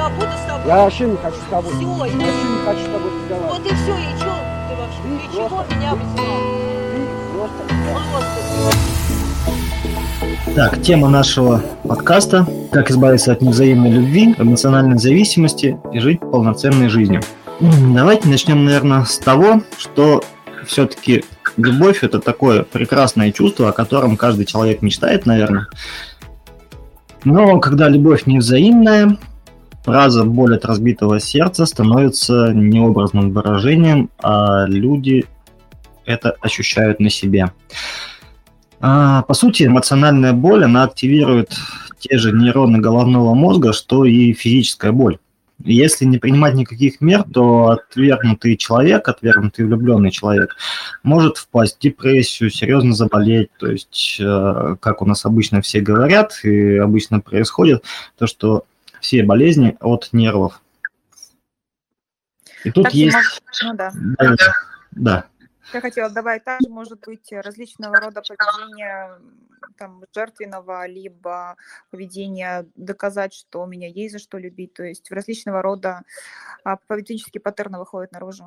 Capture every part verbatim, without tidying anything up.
буду с тобой. Я вообще не хочу с тобой. Все, я вообще не хочу с тобой разговаривать. Вот и все, и что ты вообще? Ты Ты чего просто, меня ты, вызвал? ты просто... Просто. Так, тема нашего подкаста – как избавиться от невзаимной любви, эмоциональной зависимости и жить полноценной жизнью. Давайте начнем, наверное, с того, что все-таки любовь – это такое прекрасное чувство, о котором каждый человек мечтает, наверное. Но когда любовь невзаимная, фраза «боль от разбитого сердца» становится необразным выражением, а люди это ощущают на себе. А, по сути, эмоциональная боль, она активирует те же нейроны головного мозга, что и физическая боль. Если не принимать никаких мер, то отвергнутый человек, отвергнутый влюбленный человек может впасть в депрессию, серьезно заболеть. То есть, как у нас обычно все говорят и обычно происходит, то что все болезни от нервов. И тут так есть... Ну, да. Да, да. Я хотела добавить, также может быть различного рода поведение там, жертвенного, либо поведение доказать, что у меня есть за что любить. То есть различного рода поведенческие паттерны выходят наружу.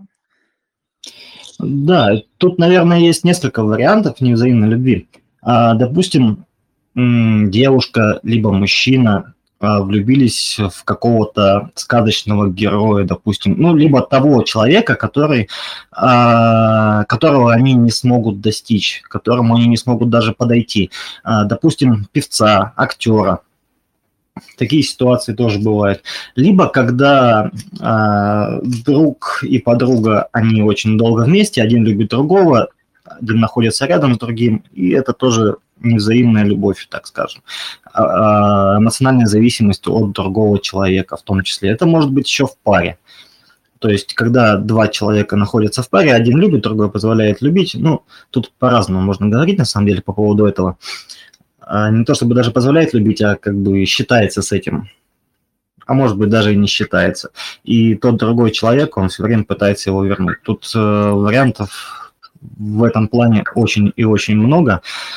Да, тут, наверное, есть несколько вариантов невзаимной любви. Допустим, девушка либо мужчина влюбились в какого-то сказочного героя, допустим, ну, либо того человека, который, которого они не смогут достичь, к которому они не смогут даже подойти. Допустим, певца, актера. Такие ситуации тоже бывают. Либо когда друг и подруга, они очень долго вместе, один любит другого, один находится рядом с другим, и это тоже невзаимная любовь, так скажем, эмоциональная зависимость от другого человека в том числе. Это может быть еще в паре. То есть, когда два человека находятся в паре, один любит, другой позволяет любить. Ну, тут по-разному можно говорить, на самом деле, по поводу этого. Не то чтобы даже позволяет любить, а как бы считается с этим. А может быть, даже и не считается. И тот другой человек, он все время пытается его вернуть. Тут э, вариантов в этом плане очень и очень много.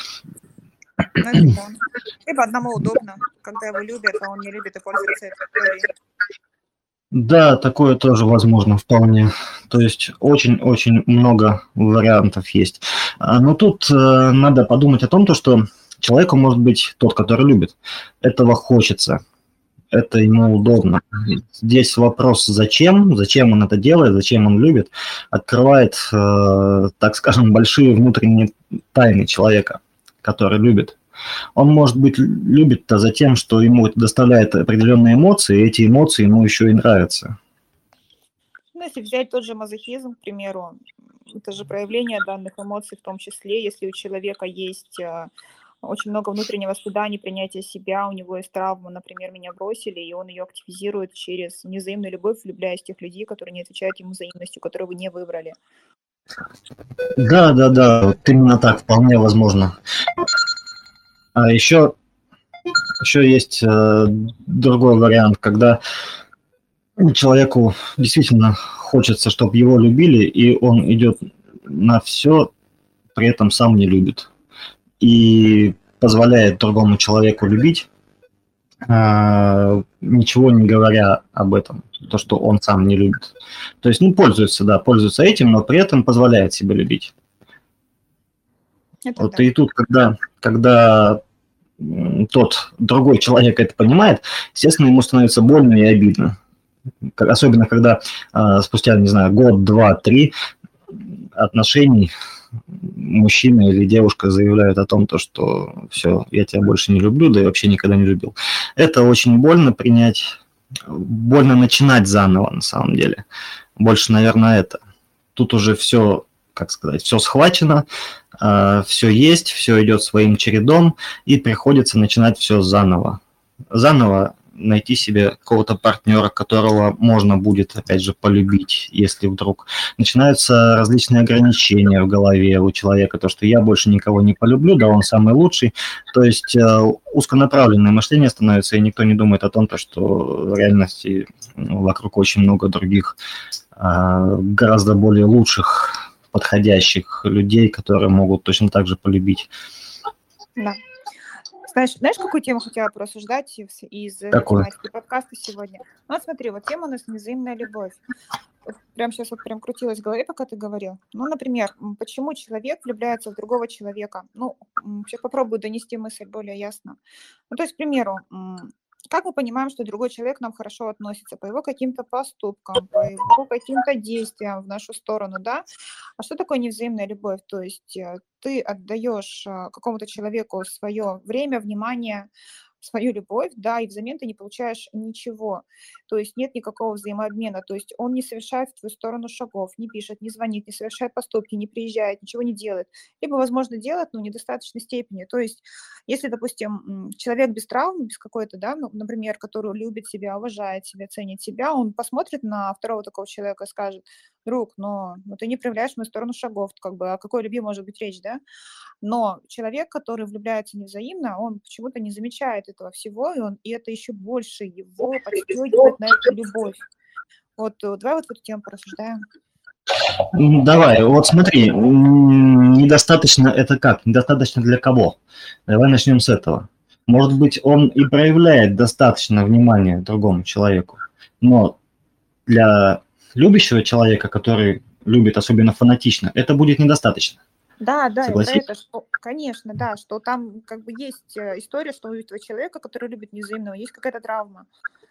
Либо одному удобно, когда его любят, а он не любит и пользуется этой историей. Да, такое тоже возможно вполне. То есть очень-очень много вариантов есть. Но тут э, надо подумать о том, что человеку может быть тот, который любит. Этого хочется. Это ему удобно. Здесь вопрос, зачем, зачем он это делает, зачем он любит, открывает, э, так скажем, большие внутренние тайны человека, который любит. Он, может быть, любит-то за тем, что ему это доставляет определенные эмоции, и эти эмоции ему еще и нравятся. Ну, если взять тот же мазохизм, к примеру, это же проявление данных эмоций в том числе, если у человека есть очень много внутреннего стыда, непринятия себя, у него есть травма, например, меня бросили, и он ее активизирует через невзаимную любовь, влюбляясь в тех людей, которые не отвечают ему взаимностью, которые вы не выбрали. Да, да, да, вот именно так, вполне возможно. А еще, еще есть э, другой вариант, когда человеку действительно хочется, чтобы его любили, и он идет на все, при этом сам не любит. И позволяет другому человеку любить, э, ничего не говоря об этом, то, что он сам не любит. То есть, ну, пользуется, да, пользуется этим, но при этом позволяет себя любить. Это вот да. И тут, когда, когда тот другой человек это понимает, естественно, ему становится больно и обидно. Особенно, когда э, спустя, не знаю, год, два, три отношений мужчина или девушка заявляют о том, то, что все, я тебя больше не люблю, да и вообще никогда не любил. Это очень больно принять, больно начинать заново, на самом деле. Больше, наверное, это. Тут уже все, как сказать, все схвачено, э, все есть, все идет своим чередом, и приходится начинать все заново. Заново найти себе какого-то партнера, которого можно будет, опять же, полюбить, если вдруг начинаются различные ограничения в голове у человека, то, что я больше никого не полюблю, да, он самый лучший. То есть э, узконаправленное мышление становится, и никто не думает о том, то, что в реальности вокруг очень много других, э, гораздо более лучших, подходящих людей, которые могут точно так же полюбить. Да. Знаешь, знаешь, какую тему хотела порассуждать из, из э, Какой? тематики подкаста сегодня? Ну, вот смотри, вот тема у нас невзаимная любовь. Вот прям сейчас вот прям крутилась в голове, пока ты говорил. Ну, например, м, почему человек влюбляется в другого человека? Ну, сейчас попробую донести мысль более ясно. Ну, то есть, к примеру, м, как мы понимаем, что другой человек к нам хорошо относится? По его каким-то поступкам, по его каким-то действиям в нашу сторону, да? А что такое невзаимная любовь? То есть э, ты отдаешь а, какому-то человеку свое время, внимание, свою любовь, да, и взамен ты не получаешь ничего. То есть нет никакого взаимообмена. То есть он не совершает в твою сторону шагов, не пишет, не звонит, не совершает поступки, не приезжает, ничего не делает. Либо, возможно, делает, но в недостаточной степени. То есть если, допустим, м, человек без травмы, без какой-то, да, ну, например, который любит себя, уважает себя, ценит себя, он посмотрит на второго такого человека и скажет: друг, но, но ты не проявляешь в мою сторону шагов, как бы, о какой любви может быть речь, да? Но человек, который влюбляется невзаимно, он почему-то не замечает этого всего, и, он, и это еще больше его подстегивает на эту любовь. Вот э, давай вот в эту тему порассуждаем. М, Давай, вот смотри, м, недостаточно это как? Недостаточно для кого? Давай начнем с этого. Может быть, он и проявляет достаточно внимания другому человеку, но для любящего человека, который любит особенно фанатично, это будет недостаточно. Да, да, я про Согласись? это, что, конечно, да, что там как бы есть э, история, что у этого человека, который любит невзаимного, есть какая-то травма.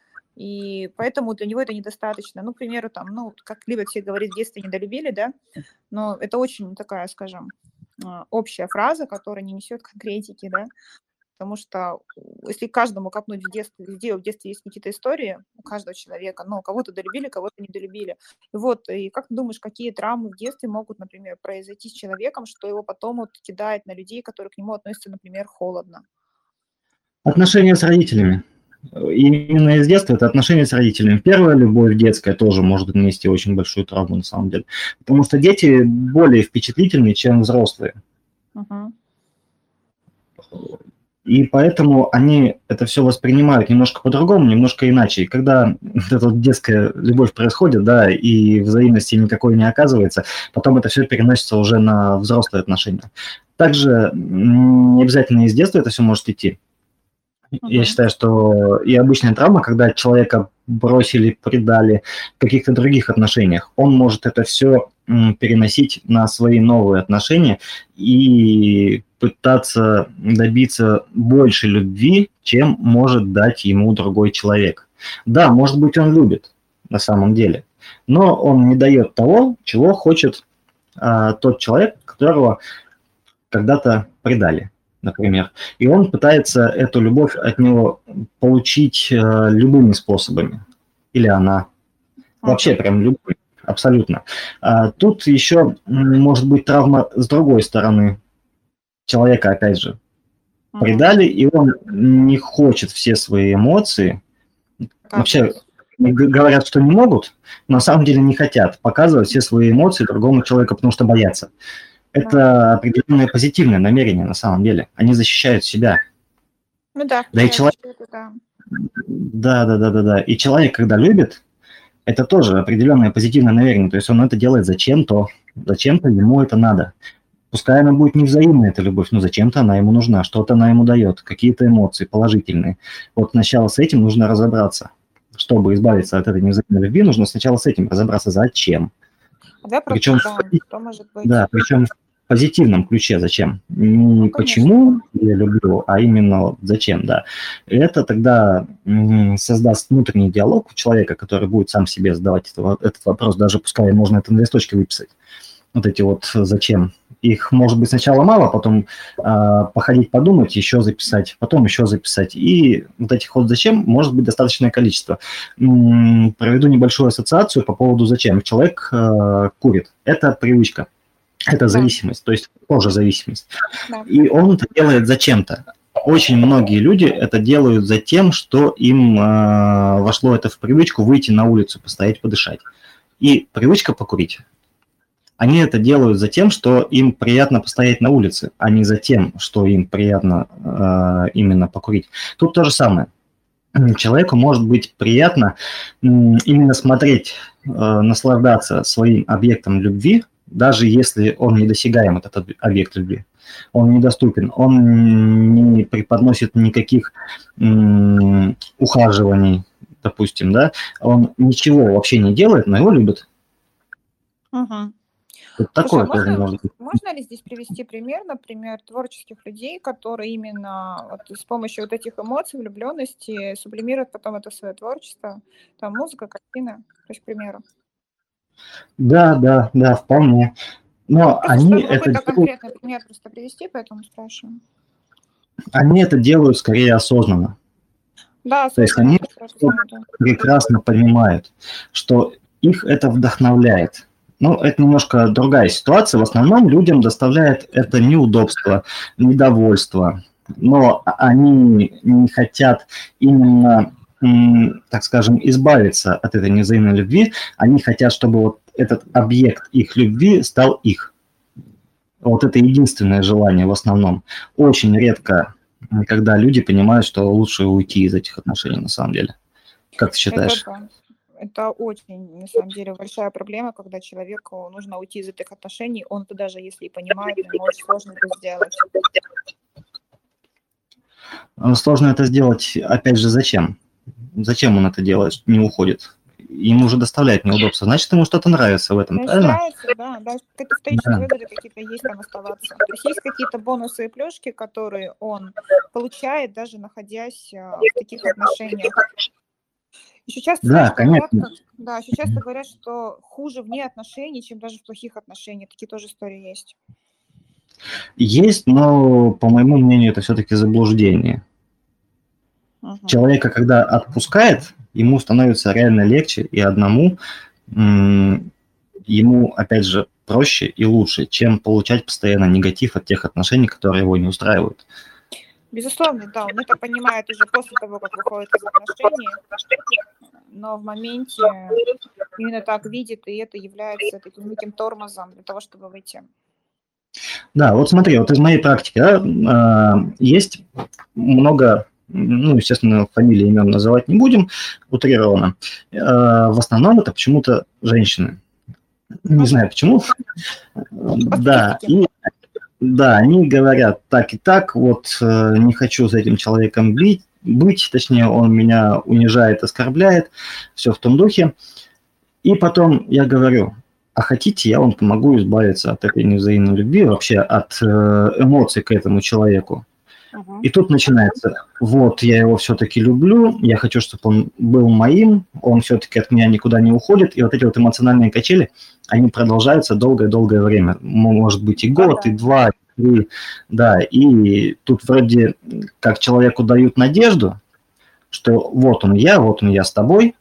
И поэтому для него это недостаточно. Ну, к примеру, там, ну, как любят все говорить, в детстве недолюбили, да, но это очень такая, скажем, а, общая фраза, которая не несет конкретики, да, потому что у- если каждому копнуть в детстве, везде в детстве есть какие-то истории у каждого человека, но кого-то долюбили, кого-то недолюбили. И вот, и как ты думаешь, какие травмы в детстве могут, например, произойти с человеком, что его потом вот кидает на людей, которые к нему относятся, например, холодно? Отношения с родителями. И именно из детства это отношения с родителями. Первая любовь детская тоже может нанести очень большую травму на самом деле. Потому что дети более впечатлительны, чем взрослые. Мгм. И поэтому они это все воспринимают немножко по-другому, немножко иначе. И когда вот эта вот детская любовь происходит, да, и взаимности никакой не оказывается, потом это все переносится уже на взрослые отношения. Также м, не обязательно из детства это все может идти. Я Мгм. считаю, что и обычная травма, когда человека бросили, предали в каких-то других отношениях, он может это все переносить на свои новые отношения и пытаться добиться больше любви, чем может дать ему другой человек. Да, может быть, он любит на самом деле, но он не дает того, чего хочет а, тот человек, которого когда-то предали, например. И он пытается эту любовь от него получить э, любыми способами. Или она. Вообще Мгм. прям любыми. Абсолютно. А тут еще м, может быть травма с другой стороны. Человека, опять же, Мгм. предали, и он не хочет все свои эмоции. Вообще Показывать. г- говорят, что не могут, но на самом деле не хотят показывать все свои эмоции другому человеку, потому что боятся. Да. Это определенное позитивное намерение на самом деле. Они защищают себя. Ну да, Да и включается, человек, что это, да. да, да, да, да, да. И человек, когда любит, это тоже определенное позитивное намерение. То есть он это делает зачем-то, зачем-то ему это надо. Пускай она будет невзаимная, эта любовь, но зачем-то она ему нужна, что-то она ему дает, какие-то эмоции положительные. Вот сначала с этим нужно разобраться. Чтобы избавиться от этой невзаимной любви, нужно сначала с этим разобраться, зачем. А давай про Причем, да, что может быть. да, причем в позитивном ключе зачем. Не Ну, конечно. почему я люблю, а именно вот зачем, да. И это тогда м, создаст внутренний диалог у человека, который будет сам себе задавать это- этот вопрос, даже пускай можно это на листочке выписать. Вот эти вот зачем. Их может быть сначала мало, потом а, походить, подумать, еще записать, потом еще записать. И вот этих вот зачем может быть достаточное количество. М, Проведу небольшую ассоциацию по поводу зачем. Человек а, курит. Это привычка. Это Да, зависимость, то есть тоже зависимость. да. И он это делает зачем-то. Очень многие люди это делают за тем, что им а, вошло это в привычку выйти на улицу, постоять, подышать. И привычка покурить. Они это делают за тем, что им приятно постоять на улице, а не за тем, что им приятно э, именно покурить. Тут то же самое. Человеку может быть приятно м, именно смотреть, э, наслаждаться своим объектом любви, даже если он недосягаем, этот об- объект любви. Он недоступен, он не преподносит никаких м, ухаживаний, допустим, да, он ничего вообще не делает, но его любят. Мгм. Вот Слушай, такое а тоже можно, может быть. можно ли здесь привести пример, например, творческих людей, которые именно вот с помощью вот этих эмоций, влюбленности сублимируют потом это в свое творчество, там музыка, картина, то есть, к примеру. Да, да, да, вполне. Но Просто они чтобы это какой-то делают, конкретный пример просто привести, поэтому спрашиваю. они это делают скорее осознанно. Да, То есть осознанно, они я тоже про это знаю, да. прекрасно понимают, что их это вдохновляет. Ну, это немножко другая ситуация. В основном людям доставляет это неудобство, недовольство. Но они не хотят именно, м, так скажем, избавиться от этой невзаимной любви. Они хотят, чтобы вот этот объект их любви стал их. Вот это единственное желание в основном. Очень редко, м, когда люди понимают, что лучше уйти из этих отношений на самом деле. Как ты Это считаешь? да. Это очень, на самом деле, большая проблема, когда человеку нужно уйти из этих отношений. Он это даже если и понимает, ему очень сложно это сделать. А Сложно это сделать, опять же, зачем? Зачем он это делает, не уходит? Ему уже доставляет неудобства. Значит, ему что-то нравится в этом, Значит, правильно? нравится, да, да, какие-то вторичные Да. выгоды какие-то есть там оставаться. То есть есть какие-то бонусы и плюшки, которые он получает, даже находясь а, в таких отношениях. Еще часто, Да, знаешь, говорят, конечно. как, да, еще часто говорят, что хуже вне отношений, чем даже в плохих отношениях. Такие тоже истории есть. Есть, но, по моему мнению, это все-таки заблуждение. Мгм. Человека, когда отпускает, ему становится реально легче и одному, м, ему, опять же, проще и лучше, чем получать постоянно негатив от тех отношений, которые его не устраивают. Безусловно, да, он это понимает уже после того, как выходит из отношений, но в моменте именно так видит, и это является таким неким тормозом для того, чтобы выйти. Да, вот смотри, вот из моей практики, да, а, есть много, ну, естественно, фамилии, имен называть не будем, утрированно. А, В основном это почему-то женщины. Не Мгм. знаю почему. По Да, статистике. и да, они говорят так и так, вот э, не хочу с этим человеком бить, быть, точнее, он меня унижает, оскорбляет, все в том духе. И потом я говорю, а хотите, я вам помогу избавиться от этой невзаимной любви, вообще от э, эмоций к этому человеку. Мгм. И тут начинается, вот, я его все-таки люблю, я хочу, чтобы он был моим, он все-таки от меня никуда не уходит, и вот эти вот эмоциональные качели, они продолжаются долгое-долгое время, М- может быть и Да, год, да. и два, и три, да, и тут вроде как человеку дают надежду, что вот он я, вот он я с тобой,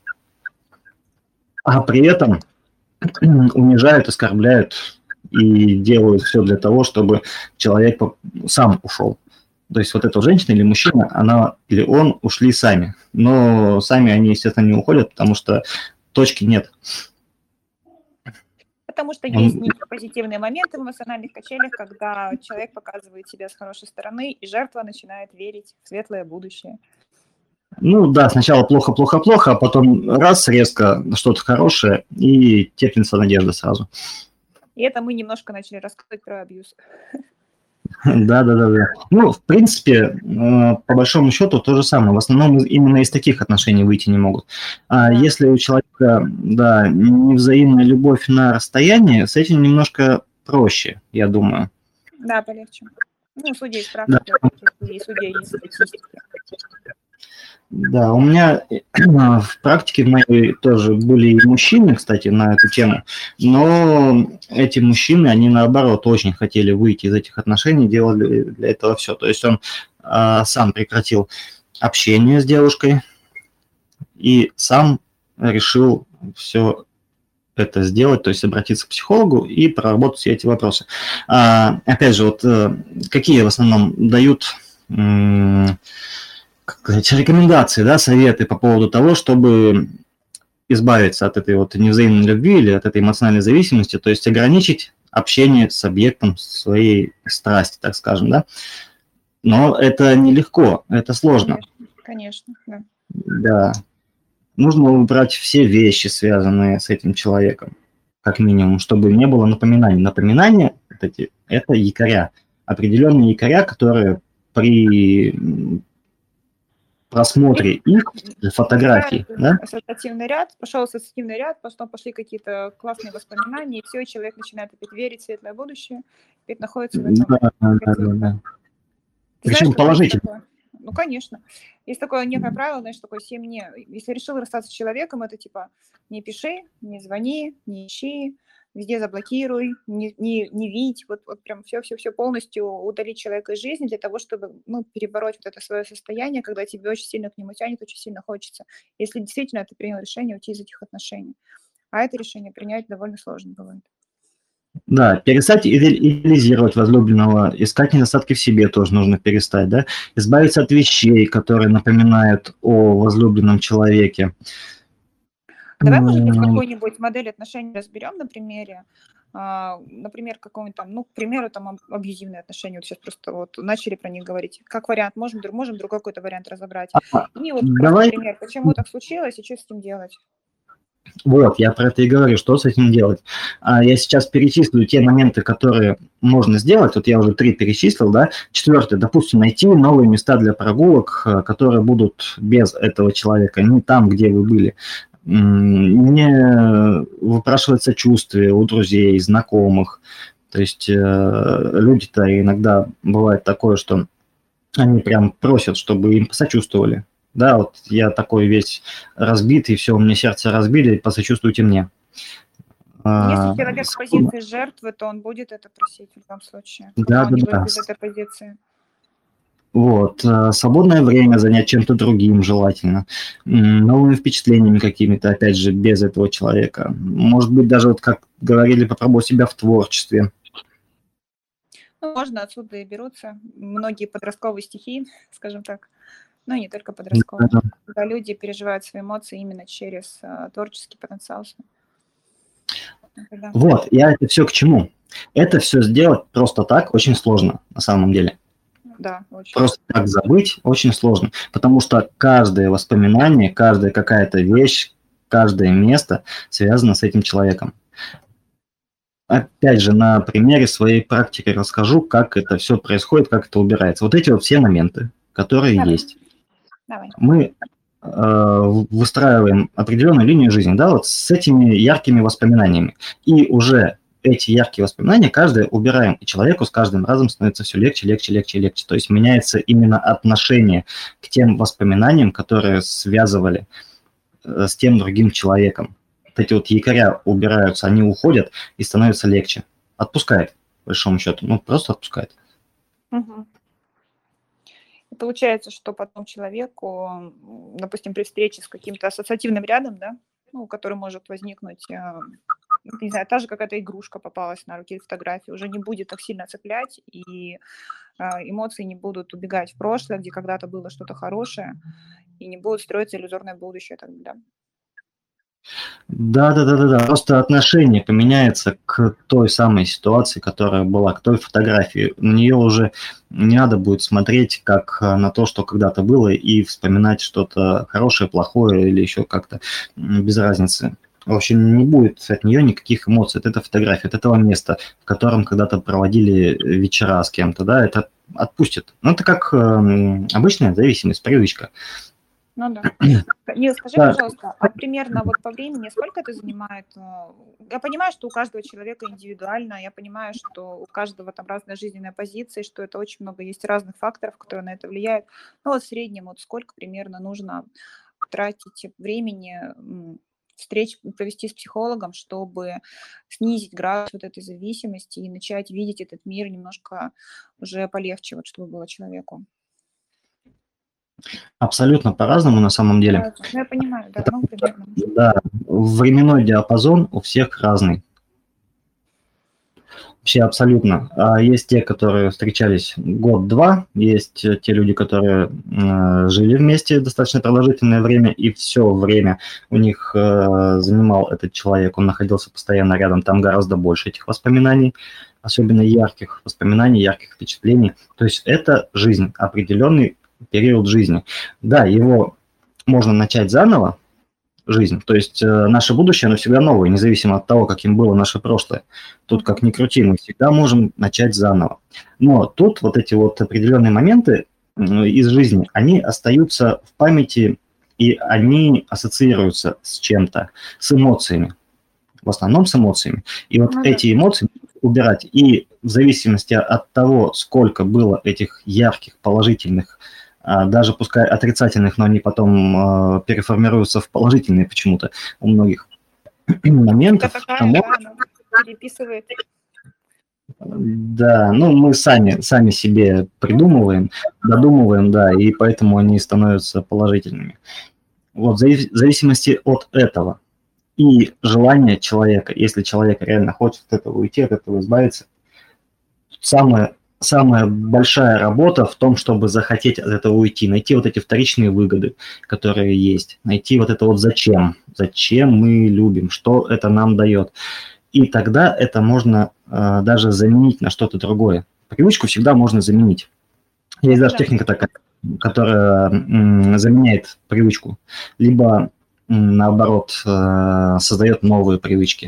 а при этом унижают, оскорбляют и делают все для того, чтобы человек по- сам ушел. То есть вот эта женщина или мужчина, она или он ушли сами. Но сами они, естественно, не уходят, потому что точки нет. Потому что Он- есть некие позитивные моменты в эмоциональных качелях, когда человек показывает себя с хорошей стороны, и жертва начинает верить в светлое будущее. Ну да, сначала плохо-плохо-плохо, а потом раз, резко что-то хорошее, и теплится надежда сразу. И это мы немножко начали рассказывать про абьюз. Да, да, да, да. Ну, в принципе, э, по большому счету то же самое. В основном из- именно из таких отношений выйти не могут. А Да. если у человека, да, невзаимная любовь на расстоянии, с этим немножко проще, я думаю. Да, полегче. Ну, судя из Да. практики, и судя из статистики. Да, у меня э, в практике в моей тоже были и мужчины, кстати, на эту тему, но эти мужчины, они наоборот очень хотели выйти из этих отношений, делали для этого все. То есть он а, сам прекратил общение с девушкой и сам решил все это сделать, то есть обратиться к психологу и проработать все эти вопросы. А, опять же, вот э, какие в основном дают м, как сказать, рекомендации, да, советы по поводу того, чтобы избавиться от этой вот невзаимной любви или от этой эмоциональной зависимости, то есть ограничить общение с объектом своей страсти, так скажем, да. Но это нелегко, это сложно. Конечно, конечно, да. Да. Нужно убрать все вещи, связанные с этим человеком, как минимум, чтобы не было напоминаний. Напоминания вот эти, это якоря. определенные якоря, которые при просмотре их фотографий, да? Ассоциативный ряд, пошел ассоциативный ряд, потом пошли какие-то классные воспоминания, и все, и человек начинает опять верить в светлое будущее, опять находится в этом. Да, да, да, да. Причем Знаешь, положительно. Ну, конечно. Есть такое некое правило, знаешь, такое семь не. Если решил расстаться с человеком, это типа не пиши, не звони, не ищи, везде заблокируй, не, не, не видь, вот, вот прям все-все-все полностью удалить человека из жизни для того, чтобы, ну, перебороть вот это свое состояние, когда тебе очень сильно к нему тянет, очень сильно хочется. Если действительно ты принял решение уйти из этих отношений. А это решение принять довольно сложно бывает. Да, перестать идеализировать возлюбленного, искать недостатки в себе тоже нужно перестать, да, избавиться от вещей, которые напоминают о возлюбленном человеке. Давай, может быть, какую-нибудь модель отношений разберем на примере. А, например, какого-нибудь там, ну, к примеру, там абьюзивные отношения. Вот сейчас просто вот начали про них говорить. Как вариант, можем, можем другой какой-то вариант разобрать. И вот, Давай. например, почему так случилось и что с этим делать? Вот, я про это и говорю, что с этим делать. Я сейчас перечислю те моменты, которые можно сделать. Вот я уже три перечислил, да. Четвертый, допустим, найти новые места для прогулок, которые будут без этого человека, не там, где вы были. Не выпрашивать сочувствие у друзей, знакомых. То есть люди-то иногда бывает такое, что они прям просят, чтобы им посочувствовали. Да, вот я такой весь разбитый, все, у меня сердце разбили, посочувствуйте мне. Если человек в позиции жертвы, то он будет это просить в любом случае. Да, да, да. Из этой позиции. Вот, свободное время занять чем-то другим желательно, новыми впечатлениями какими-то, опять же, без этого человека. Может быть, даже, вот как говорили, попробовать себя в творчестве. Ну, можно, отсюда и берутся многие подростковые стихи, скажем так. Ну, не только подростковые. Да. Когда люди переживают свои эмоции именно через uh, творческий потенциал. Да. Вот, я это все к чему? Это все сделать просто так очень сложно, на самом деле. Да, очень. Просто так забыть очень сложно, потому что каждое воспоминание, каждая какая-то вещь, каждое место связано с этим человеком. Опять же, на примере своей практики расскажу, как это все происходит, как это убирается. Вот эти вот все моменты, которые Давай. есть. Давай. Мы э, выстраиваем определенную линию жизни, да, вот с этими яркими воспоминаниями. И уже эти яркие воспоминания каждое убираем, и человеку с каждым разом становится все легче, легче, легче, легче. То есть меняется именно отношение к тем воспоминаниям, которые связывали э, с тем другим человеком. Вот эти вот якоря убираются, они уходят, и становится легче. Отпускает, по большому счету. Ну, просто отпускает. Угу. И получается, что потом человеку, допустим, при встрече с каким-то ассоциативным рядом, да, ну, который может возникнуть, не знаю, та же какая-то игрушка попалась на руке, фотографии, уже не будет так сильно цеплять, и эмоции не будут убегать в прошлое, где когда-то было что-то хорошее, и не будет строиться иллюзорное будущее тогда. Да, да, да, да, да. Просто отношение поменяется к той самой ситуации, которая была, к той фотографии. На нее уже не надо будет смотреть как на то, что когда-то было, и вспоминать что-то хорошее, плохое или еще как-то без разницы. В общем, не будет от нее никаких эмоций, от этой фотографии, от этого места, в котором когда-то проводили вечера с кем-то, да, это отпустит. Ну, это как э, обычная зависимость, привычка. Ну да. Нил, скажи, да. пожалуйста, а примерно вот по времени сколько это занимает? Я понимаю, что у каждого человека индивидуально, я понимаю, что у каждого там разная жизненная позиция, что это очень много есть разных факторов, которые на это влияют. Ну вот в среднем вот сколько примерно нужно тратить времени, встреч провести с психологом, чтобы снизить градус вот этой зависимости и начать видеть этот мир немножко уже полегче, вот чтобы было человеку? Абсолютно по-разному на самом деле. Да, я понимаю, да, ну, примерно. Да, временной диапазон у всех разный. Вообще абсолютно. Есть те, которые встречались год-два, есть те люди, которые э, жили вместе достаточно продолжительное время, и все время у них э, занимал этот человек, он находился постоянно рядом, там гораздо больше этих воспоминаний, особенно ярких воспоминаний, ярких впечатлений. То есть это жизнь, определенный период жизни. Да, его можно начать заново, жизнь. То есть э, наше будущее, оно всегда новое, независимо от того, каким было наше прошлое. Тут как ни крути, мы всегда можем начать заново. Но тут вот эти вот определенные моменты э, из жизни, они остаются в памяти, и они ассоциируются с чем-то, с эмоциями. В основном с эмоциями. И вот Ну да. эти эмоции убирать. И в зависимости от того, сколько было этих ярких, положительных, а, даже пускай отрицательных, но они потом а, переформируются в положительные почему-то у многих Это моментов. такая, а мо- да, она переписывает. Да, ну мы сами, сами себе придумываем, додумываем, да, и поэтому они становятся положительными. Вот в зави- в зависимости от этого и желания человека, если человек реально хочет от этого уйти, от этого избавиться, самая, самая большая работа в том, чтобы захотеть от этого уйти, найти вот эти вторичные выгоды, которые есть, найти вот это вот зачем, зачем мы любим, что это нам дает. И тогда это можно э, даже заменить на что-то другое. Привычку всегда можно заменить. Есть даже Да. техника такая, которая м, заменяет привычку, либо м, наоборот э, создает новые привычки.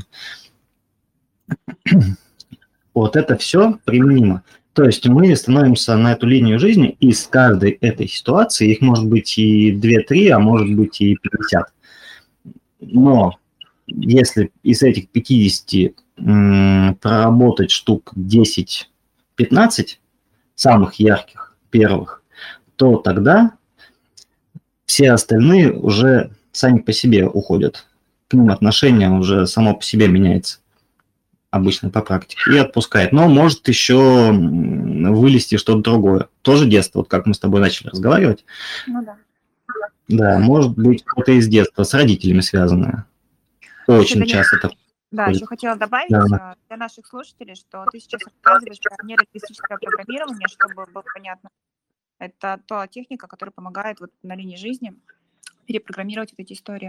Вот это все применимо. То есть мы становимся на эту линию жизни, и с каждой этой ситуации, их может быть и две-три, а может быть и пятьдесят. Но если из этих пятидесяти м, проработать штук десять-пятнадцать, самых ярких, первых, то тогда все остальные уже сами по себе уходят. К ним отношение уже само по себе меняется. Обычно по практике, и отпускает. Но может еще м, вылезти что-то другое. Тоже детство, вот как мы с тобой начали разговаривать. Ну да. Да, может быть что-то из детства, с родителями связанное. Очень Данил, часто это Да, происходит. еще хотела добавить Да. а, для наших слушателей, что ты сейчас рассказываешь про нейролингвистическое программирование, чтобы было понятно. Это та техника, которая помогает вот на линии жизни перепрограммировать вот эти истории.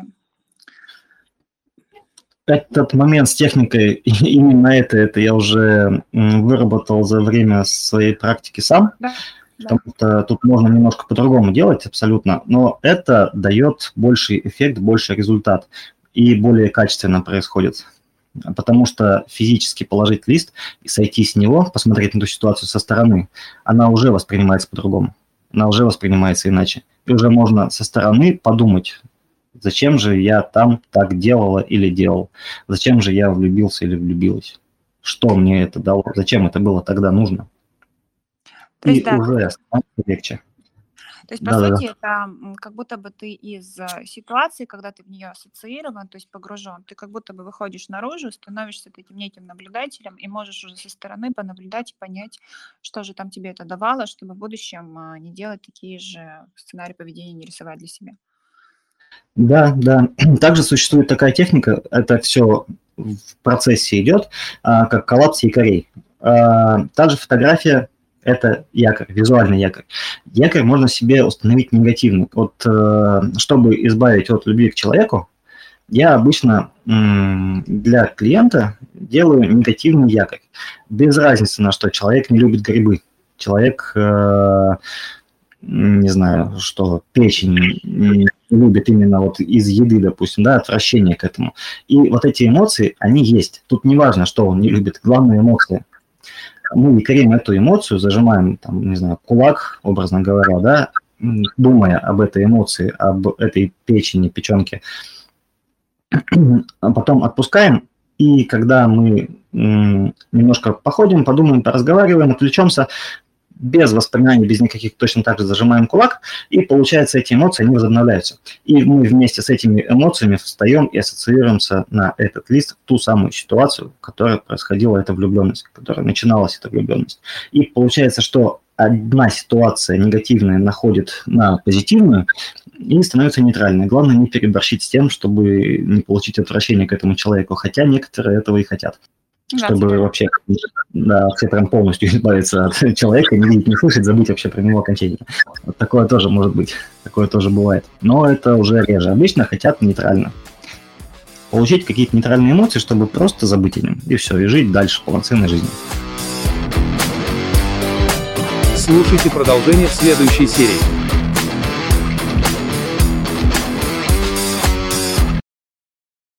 Этот момент с техникой, именно это, это я уже м, выработал за время своей практики сам, Да, да. потому что тут можно немножко по-другому делать абсолютно, но это дает больший эффект, больший результат и более качественно происходит. Потому что физически положить лист и сойти с него, посмотреть на эту ситуацию со стороны, она уже воспринимается по-другому, она уже воспринимается иначе. И уже можно со стороны подумать, зачем же я там так делала или делал, зачем же я влюбился или влюбилась, что мне это дало, зачем это было тогда нужно. То И есть, да, уже становится легче. то есть, по Да-да-да. сути, это м, как будто бы ты из а, ситуации, когда ты в нее ассоциирован, то есть погружен, ты как будто бы выходишь наружу, становишься таким неким наблюдателем и можешь уже со стороны понаблюдать и понять, что же там тебе это давало, чтобы в будущем а, не делать такие же сценарии поведения, не рисовать для себя. Да, да. Также существует такая техника, это все в процессе идет, а, как коллапс якорей. А, Та же фотография – это якорь, визуальный якорь. Якорь можно себе установить негативный. Вот, э, чтобы избавить от любви к человеку, я обычно м, для клиента делаю негативный якорь. Без разницы на что. Человек не любит грибы. Человек, э, не знаю, что печень не любит именно вот из еды, допустим, да, отвращение к этому. И вот эти эмоции, они есть. Тут не важно, что он не любит. Главное – эмоции. Мы якорим эту эмоцию, зажимаем, там, не знаю, кулак, образно говоря, да, м, думая об этой эмоции, об этой печени, печенке. А потом отпускаем, и когда мы м, немножко походим, подумаем, поразговариваем, отвлечемся, без воспоминаний, без никаких, точно так же зажимаем кулак, и получается эти эмоции, они возобновляются. И мы вместе с этими эмоциями встаем и ассоциируемся на этот лист, в ту самую ситуацию, в которой происходила эта влюбленность, в которой начиналась эта влюбленность. И получается, что одна ситуация негативная находит на позитивную и становится нейтральной. Главное не переборщить с тем, чтобы не получить отвращение к этому человеку, хотя некоторые этого и хотят. Да, Чтобы тебе- вообще, да, вообще прям полностью избавиться от человека, не видеть, не слышать, забыть вообще про него окончательно. Вот такое тоже может быть, такое тоже бывает. Но это уже реже. Обычно хотят нейтрально. Получить какие-то нейтральные эмоции, чтобы просто забыть о нем. И все, и жить дальше полноценной жизнью. Слушайте продолжение в следующей серии.